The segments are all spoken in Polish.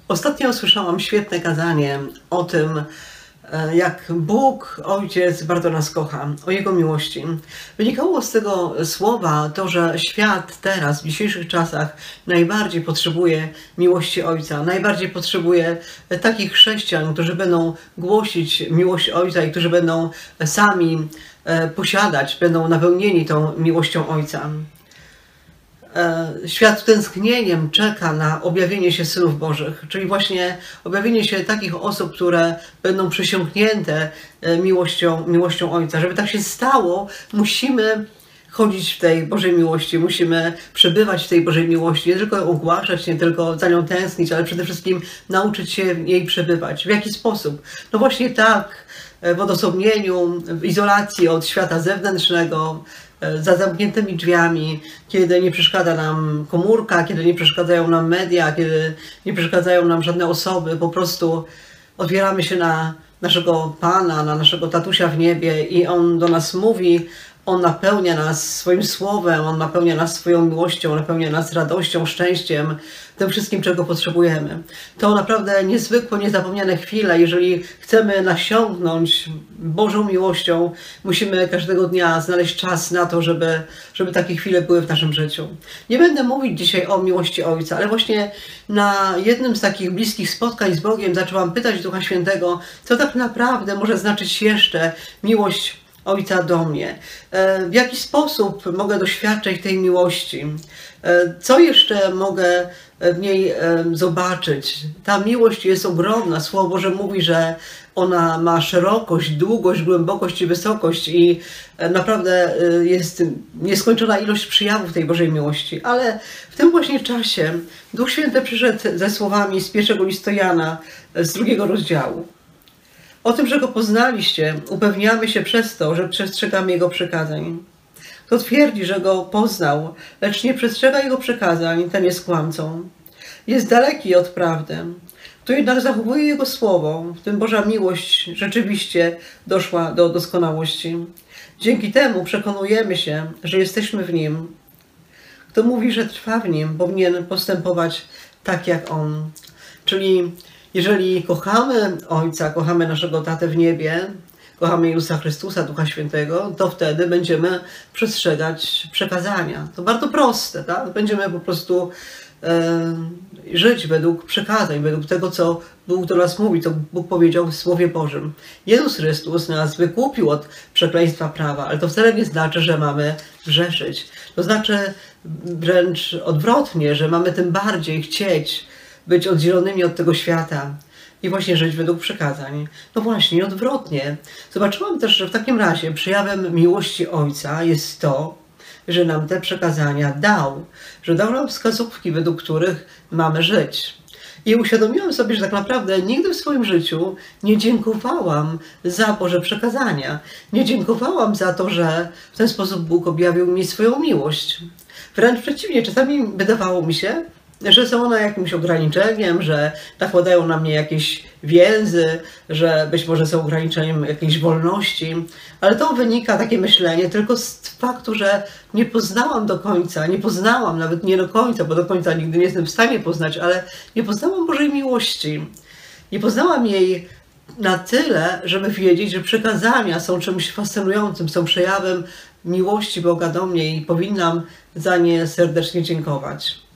Ostatnio usłyszałam świetne kazanie o tym, jak Bóg, Ojciec bardzo nas kocha, o Jego miłości. Wynikało z tego słowa to, że świat teraz, w dzisiejszych czasach najbardziej potrzebuje miłości Ojca, najbardziej potrzebuje takich chrześcijan, którzy będą głosić miłość Ojca i którzy będą sami posiadać, będą napełnieni tą miłością Ojca. Świat z tęsknieniem czeka na objawienie się synów Bożych, czyli właśnie objawienie się takich osób, które będą przysiągnięte miłością Ojca. Żeby tak się stało, musimy chodzić w tej Bożej miłości, musimy przebywać w tej Bożej miłości, nie tylko ją ogłaszać, nie tylko za nią tęsknić, ale przede wszystkim nauczyć się w niej przebywać. W jaki sposób? No właśnie tak, w odosobnieniu, w izolacji od świata zewnętrznego, za zamkniętymi drzwiami, kiedy nie przeszkadza nam komórka, kiedy nie przeszkadzają nam media, kiedy nie przeszkadzają nam żadne osoby, po prostu otwieramy się na naszego Pana, na naszego tatusia w niebie i On do nas mówi, On napełnia nas swoim słowem, On napełnia nas swoją miłością, napełnia nas radością, szczęściem, tym wszystkim, czego potrzebujemy. To naprawdę niezwykłe, niezapomniane chwile. Jeżeli chcemy nasiągnąć Bożą miłością, musimy każdego dnia znaleźć czas na to, żeby takie chwile były w naszym życiu. Nie będę mówić dzisiaj o miłości Ojca, ale właśnie na jednym z takich bliskich spotkań z Bogiem zaczęłam pytać Ducha Świętego, co tak naprawdę może znaczyć jeszcze miłość Ojca do mnie. W jaki sposób mogę doświadczać tej miłości? Co jeszcze mogę w niej zobaczyć? Ta miłość jest ogromna. Słowo Boże mówi, że ona ma szerokość, długość, głębokość i wysokość i naprawdę jest nieskończona ilość przejawów tej Bożej miłości. Ale w tym właśnie czasie Duch Święty przyszedł ze słowami z pierwszego listu Jana, z 2 rozdziału. O tym, że Go poznaliście, upewniamy się przez to, że przestrzegamy Jego przykazań. Kto twierdzi, że Go poznał, lecz nie przestrzega Jego przykazań, ten jest kłamcą. Jest daleki od prawdy. Kto jednak zachowuje Jego słowo, w tym Boża miłość rzeczywiście doszła do doskonałości. Dzięki temu przekonujemy się, że jesteśmy w Nim. Kto mówi, że trwa w Nim, powinien postępować tak jak On. Czyli jeżeli kochamy Ojca, kochamy naszego Tatę w niebie, kochamy Jezusa Chrystusa, Ducha Świętego, to wtedy będziemy przestrzegać przekazania. To bardzo proste, tak? Będziemy po prostu żyć według przekazań, według tego, co Bóg do nas mówi, co Bóg powiedział w Słowie Bożym. Jezus Chrystus nas wykupił od przekleństwa prawa, ale to wcale nie znaczy, że mamy grzeszyć. To znaczy wręcz odwrotnie, że mamy tym bardziej chcieć być oddzielonymi od tego świata i właśnie żyć według przekazań. No właśnie, odwrotnie. Zobaczyłam też, że w takim razie przejawem miłości Ojca jest to, że nam te przekazania dał, że dał nam wskazówki, według których mamy żyć. I uświadomiłam sobie, że tak naprawdę nigdy w swoim życiu nie dziękowałam za Boże przekazania. Nie dziękowałam za to, że w ten sposób Bóg objawił mi swoją miłość. Wręcz przeciwnie, czasami wydawało mi się, że są one jakimś ograniczeniem, że nakładają na mnie jakieś więzy, że być może są ograniczeniem jakiejś wolności, ale to wynika, takie myślenie, tylko z faktu, że nie poznałam do końca, nie poznałam nawet nie do końca, bo do końca nigdy nie jestem w stanie poznać, ale nie poznałam Bożej miłości. Nie poznałam jej na tyle, żeby wiedzieć, że przekazania są czymś fascynującym, są przejawem miłości Boga do mnie i powinnam za nie serdecznie dziękować.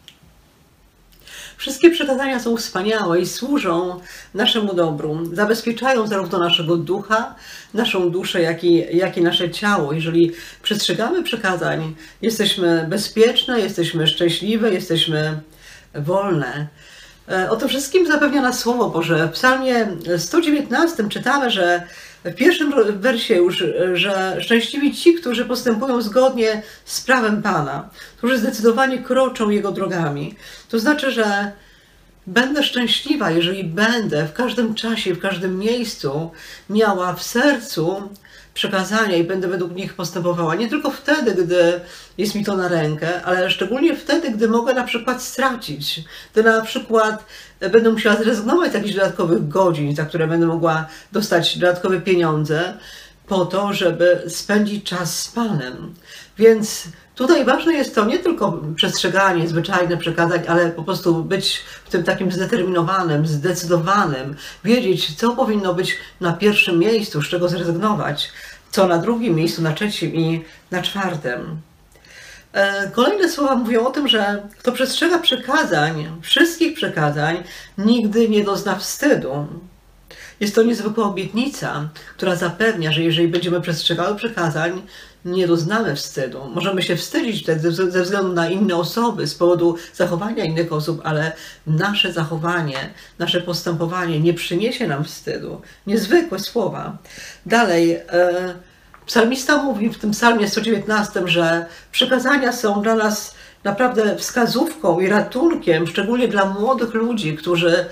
Wszystkie przekazania są wspaniałe i służą naszemu dobru. Zabezpieczają zarówno naszego ducha, naszą duszę, jak i nasze ciało. Jeżeli przestrzegamy przekazań, jesteśmy bezpieczne, jesteśmy szczęśliwe, jesteśmy wolne. O to wszystkim zapewnia nas Słowo Boże. W Psalmie 119 czytamy, że w pierwszym wersie już, że szczęśliwi ci, którzy postępują zgodnie z prawem Pana, którzy zdecydowanie kroczą Jego drogami. To znaczy, że będę szczęśliwa, jeżeli będę w każdym czasie, w każdym miejscu miała w sercu przekazania i będę według nich postępowała. Nie tylko wtedy, gdy jest mi to na rękę, ale szczególnie wtedy, gdy mogę na przykład stracić, gdy na przykład będę musiała zrezygnować z jakichś dodatkowych godzin, za które będę mogła dostać dodatkowe pieniądze po to, żeby spędzić czas z Panem. Więc Tutaj ważne jest to nie tylko przestrzeganie zwyczajnych przekazań, ale po prostu być w tym takim zdeterminowanym, zdecydowanym, wiedzieć, co powinno być na pierwszym miejscu, z czego zrezygnować, co na drugim miejscu, na trzecim i na czwartym. Kolejne słowa mówią o tym, że kto przestrzega przekazań, wszystkich przekazań, nigdy nie dozna wstydu. Jest to niezwykła obietnica, która zapewnia, że jeżeli będziemy przestrzegały przekazań, nie doznamy wstydu. Możemy się wstydzić wtedy ze względu na inne osoby, z powodu zachowania innych osób, ale nasze zachowanie, nasze postępowanie nie przyniesie nam wstydu. Niezwykłe słowa. Dalej, psalmista mówi w tym psalmie 119, że przekazania są dla nas naprawdę wskazówką i ratunkiem, szczególnie dla młodych ludzi, którzy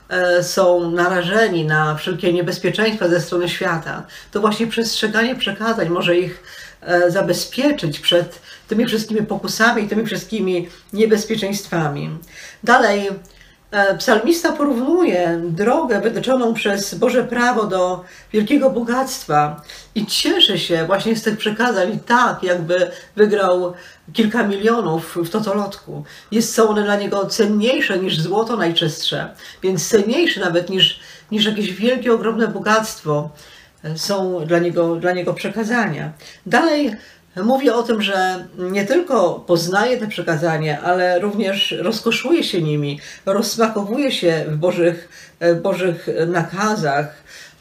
są narażeni na wszelkie niebezpieczeństwa ze strony świata. To właśnie przestrzeganie przekazań może ich zabezpieczyć przed tymi wszystkimi pokusami i tymi wszystkimi niebezpieczeństwami. Dalej, psalmista porównuje drogę wytyczoną przez Boże prawo do wielkiego bogactwa i cieszy się właśnie z tych przekazań tak, jakby wygrał kilka milionów w totolotku. Są one dla niego cenniejsze niż złoto najczystsze, więc cenniejsze nawet niż jakieś wielkie, ogromne bogactwo są dla niego przekazania. Dalej mówi o tym, że nie tylko poznaje te przekazania, ale również rozkoszuje się nimi, rozsmakowuje się w Bożych nakazach,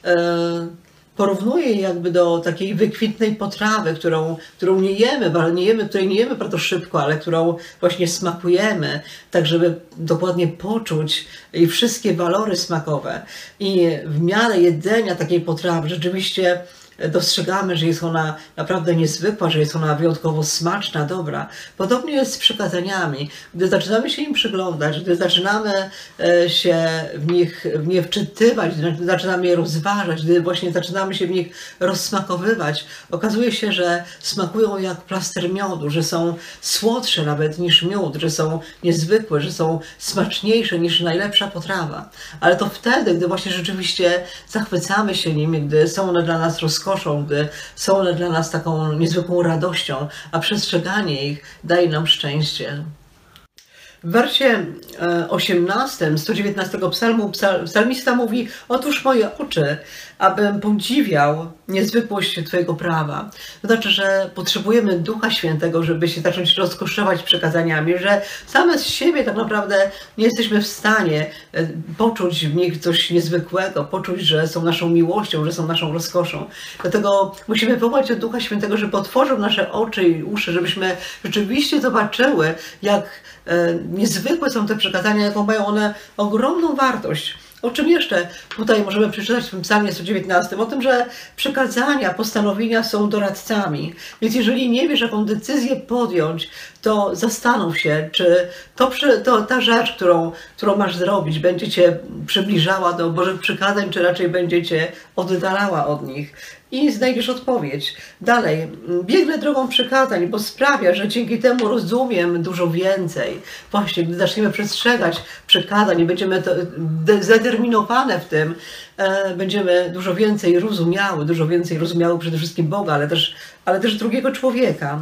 porównuje je jakby do takiej wykwintnej potrawy, którą nie jemy, której nie jemy bardzo szybko, ale którą właśnie smakujemy, tak żeby dokładnie poczuć jej wszystkie walory smakowe. I w miarę jedzenia takiej potrawy rzeczywiście dostrzegamy, że jest ona naprawdę niezwykła, że jest ona wyjątkowo smaczna, dobra. Podobnie jest z przekazaniami. Gdy zaczynamy się im przyglądać, gdy zaczynamy się w nie wczytywać, gdy zaczynamy je rozważać, gdy właśnie zaczynamy się w nich rozsmakowywać, okazuje się, że smakują jak plaster miodu, że są słodsze nawet niż miód, że są niezwykłe, że są smaczniejsze niż najlepsza potrawa. Ale to wtedy, gdy właśnie rzeczywiście zachwycamy się nimi, gdy są one dla nas rozkoszne, gdy są one dla nas taką niezwykłą radością, a przestrzeganie ich daje nam szczęście. W wersie 18, 119 psalmu, psalmista mówi: otóż moje oczy, abym podziwiał niezwykłość Twojego prawa. To znaczy, że potrzebujemy Ducha Świętego, żeby się zacząć rozkoszować przekazaniami, że same z siebie tak naprawdę nie jesteśmy w stanie poczuć w nich coś niezwykłego, poczuć, że są naszą miłością, że są naszą rozkoszą. Dlatego musimy wołać do Ducha Świętego, żeby otworzył nasze oczy i uszy, żebyśmy rzeczywiście zobaczyły, jak niezwykłe są te przekazania, jaką mają one ogromną wartość. O czym jeszcze tutaj możemy przeczytać w tym psalmie 119? O tym, że przekazania, postanowienia są doradcami. Więc jeżeli nie wiesz, jaką decyzję podjąć, to zastanów się, czy ta rzecz, którą masz zrobić, będzie Cię przybliżała do Bożych przykazań, czy raczej będzie Cię oddalała od nich. I znajdziesz odpowiedź. Dalej, biegnę drogą przykazań, bo sprawia, że dzięki temu rozumiem dużo więcej. Właśnie, gdy zaczniemy przestrzegać przykazań i będziemy zdeterminowane w tym, będziemy dużo więcej rozumiały przede wszystkim Boga, ale też drugiego człowieka.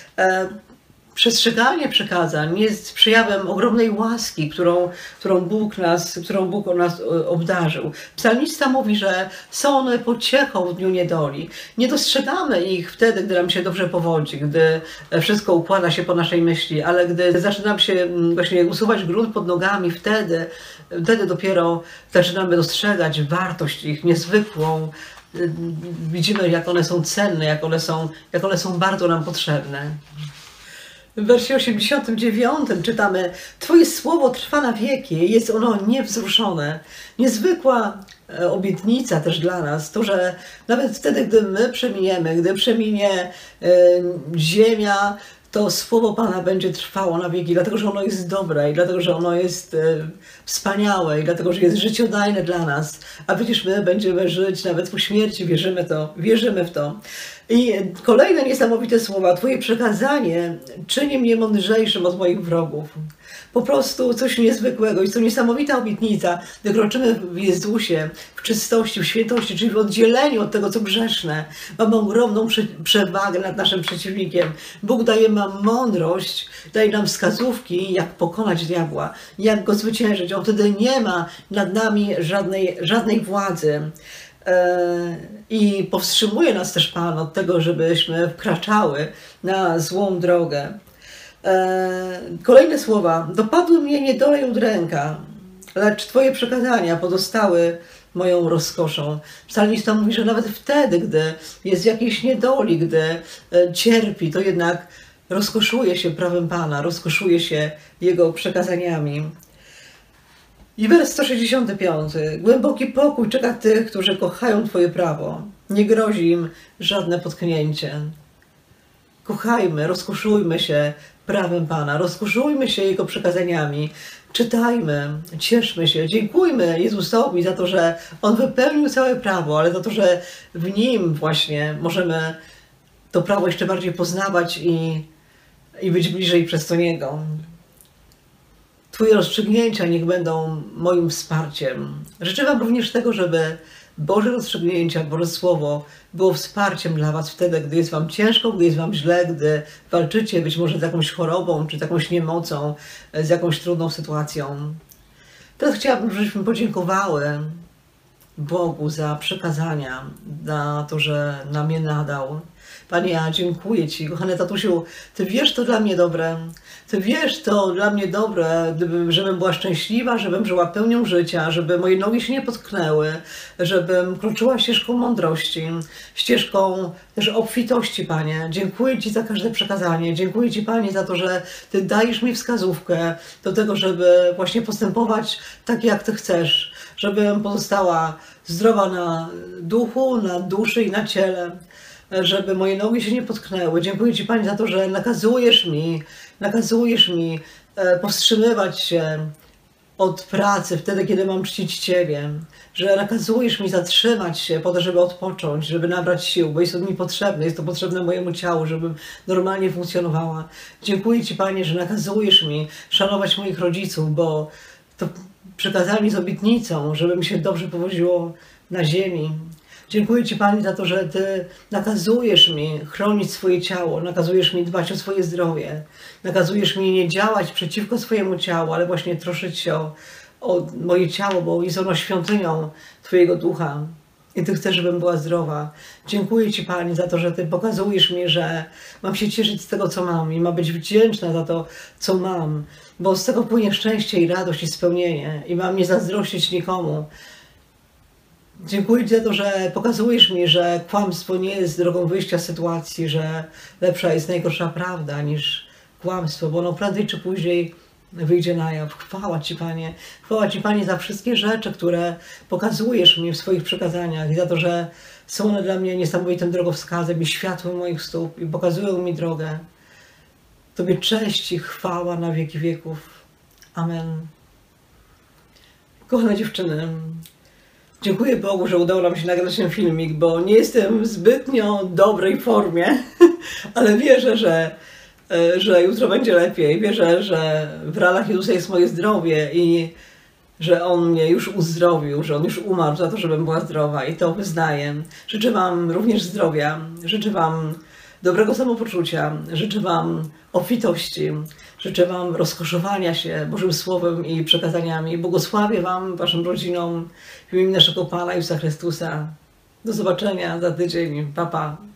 Przestrzeganie przekazań jest przejawem ogromnej łaski, którą Bóg nas obdarzył. Psalmista mówi, że są one pociechą w dniu niedoli. Nie dostrzegamy ich wtedy, gdy nam się dobrze powodzi, gdy wszystko układa się po naszej myśli, ale gdy zaczynam się właśnie usuwać grunt pod nogami, wtedy dopiero zaczynamy dostrzegać wartość ich niezwykłą. Widzimy, jak one są cenne, jak one są bardzo nam potrzebne. W wersie 89 czytamy: Twoje słowo trwa na wieki, jest ono niewzruszone. Niezwykła obietnica też dla nas, to, że nawet wtedy, gdy my przeminiemy, gdy przeminie ziemia, to słowo Pana będzie trwało na wieki, dlatego że ono jest dobre i dlatego że ono jest wspaniałe i dlatego że jest życiodajne dla nas. A przecież my będziemy żyć nawet po śmierci, wierzymy w to. I kolejne niesamowite słowa: Twoje przekazanie czyni mnie mądrzejszym od moich wrogów. po prostu coś niezwykłego. Jest to niesamowita obietnica, gdy kroczymy w Jezusie, w czystości, w świętości, czyli w oddzieleniu od tego, co grzeszne. Mamy ogromną przewagę nad naszym przeciwnikiem. Bóg daje nam mądrość, daje nam wskazówki, jak pokonać diabła, jak go zwyciężyć. On wtedy nie ma nad nami żadnej władzy. I powstrzymuje nas też Pan od tego, żebyśmy wkraczały na złą drogę. Kolejne słowa. Dopadły mnie niedole i udręka, lecz Twoje przekazania pozostały moją rozkoszą. Psalmista mówi, że nawet wtedy, gdy jest w jakiejś niedoli, gdy cierpi, to jednak rozkoszuje się prawem Pana, rozkoszuje się Jego przekazaniami. I wers 165. Głęboki pokój czeka tych, którzy kochają Twoje prawo. Nie grozi im żadne potknięcie. Kochajmy, rozkoszujmy się prawem Pana, rozkoszujmy się Jego przekazaniami, czytajmy, cieszmy się, dziękujmy Jezusowi za to, że On wypełnił całe prawo, ale za to, że w Nim właśnie możemy to prawo jeszcze bardziej poznawać i być bliżej przez to Niego. Twoje rozstrzygnięcia niech będą moim wsparciem. Życzę Wam również tego, żeby Boże rozstrzygnięcia, Boże Słowo było wsparciem dla Was wtedy, gdy jest Wam ciężko, gdy jest Wam źle, gdy walczycie być może z jakąś chorobą, czy z jakąś niemocą, z jakąś trudną sytuacją. Teraz chciałabym, żebyśmy podziękowały Bogu za przekazania, za to, że nam je nadał. Panie, ja dziękuję Ci, kochany tatusiu, Ty wiesz to dla mnie dobre. Ty wiesz to dla mnie dobre, żebym była szczęśliwa, żebym żyła pełnią życia, żeby moje nogi się nie potknęły, żebym kroczyła ścieżką mądrości, ścieżką też obfitości, Panie. Dziękuję Ci za każde przekazanie. Dziękuję Ci, Panie, za to, że Ty dajesz mi wskazówkę do tego, żeby właśnie postępować tak, jak Ty chcesz, żebym pozostała zdrowa na duchu, na duszy i na ciele, żeby moje nogi się nie potknęły. Dziękuję Ci, Panie, za to, że nakazujesz mi powstrzymywać się od pracy wtedy, kiedy mam czcić Ciebie, że nakazujesz mi zatrzymać się po to, żeby odpocząć, żeby nabrać sił, bo jest to mi potrzebne, jest to potrzebne mojemu ciału, żebym normalnie funkcjonowała. Dziękuję Ci, Panie, że nakazujesz mi szanować moich rodziców, bo to przekazali z obietnicą, żeby mi się dobrze powodziło na ziemi. Dziękuję Ci, Panie, za to, że Ty nakazujesz mi chronić swoje ciało, nakazujesz mi dbać o swoje zdrowie, nakazujesz mi nie działać przeciwko swojemu ciału, ale właśnie troszczyć się o moje ciało, bo jest ono świątynią Twojego ducha i Ty chcesz, żebym była zdrowa. Dziękuję Ci, Panie, za to, że Ty pokazujesz mi, że mam się cieszyć z tego, co mam i mam być wdzięczna za to, co mam, bo z tego płynie szczęście i radość i spełnienie i mam nie zazdrościć nikomu. Dziękuję Ci za to, że pokazujesz mi, że kłamstwo nie jest drogą wyjścia z sytuacji, że lepsza jest najgorsza prawda niż kłamstwo, bo ono prędzej czy później wyjdzie na jaw. Chwała Ci, Panie. Chwała Ci, Panie, za wszystkie rzeczy, które pokazujesz mi w swoich przekazaniach i za to, że są one dla mnie niesamowitym drogowskazem i światłem moich stóp i pokazują mi drogę. Tobie cześć i chwała na wieki wieków. Amen. Kochane dziewczyny, dziękuję Bogu, że udało nam się nagrać ten filmik, bo nie jestem w zbytnio dobrej formie, ale wierzę, że jutro będzie lepiej. Wierzę, że w ralach Jezusa jest moje zdrowie i że On mnie już uzdrowił, że On już umarł za to, żebym była zdrowa i to wyznaję. Życzę Wam również zdrowia, życzę Wam dobrego samopoczucia, życzę Wam obfitości, życzę Wam rozkoszowania się Bożym Słowem i przekazaniami. Błogosławię Wam, Waszym rodzinom w imieniu naszego Pana Jezusa Chrystusa. Do zobaczenia za tydzień. Pa, pa.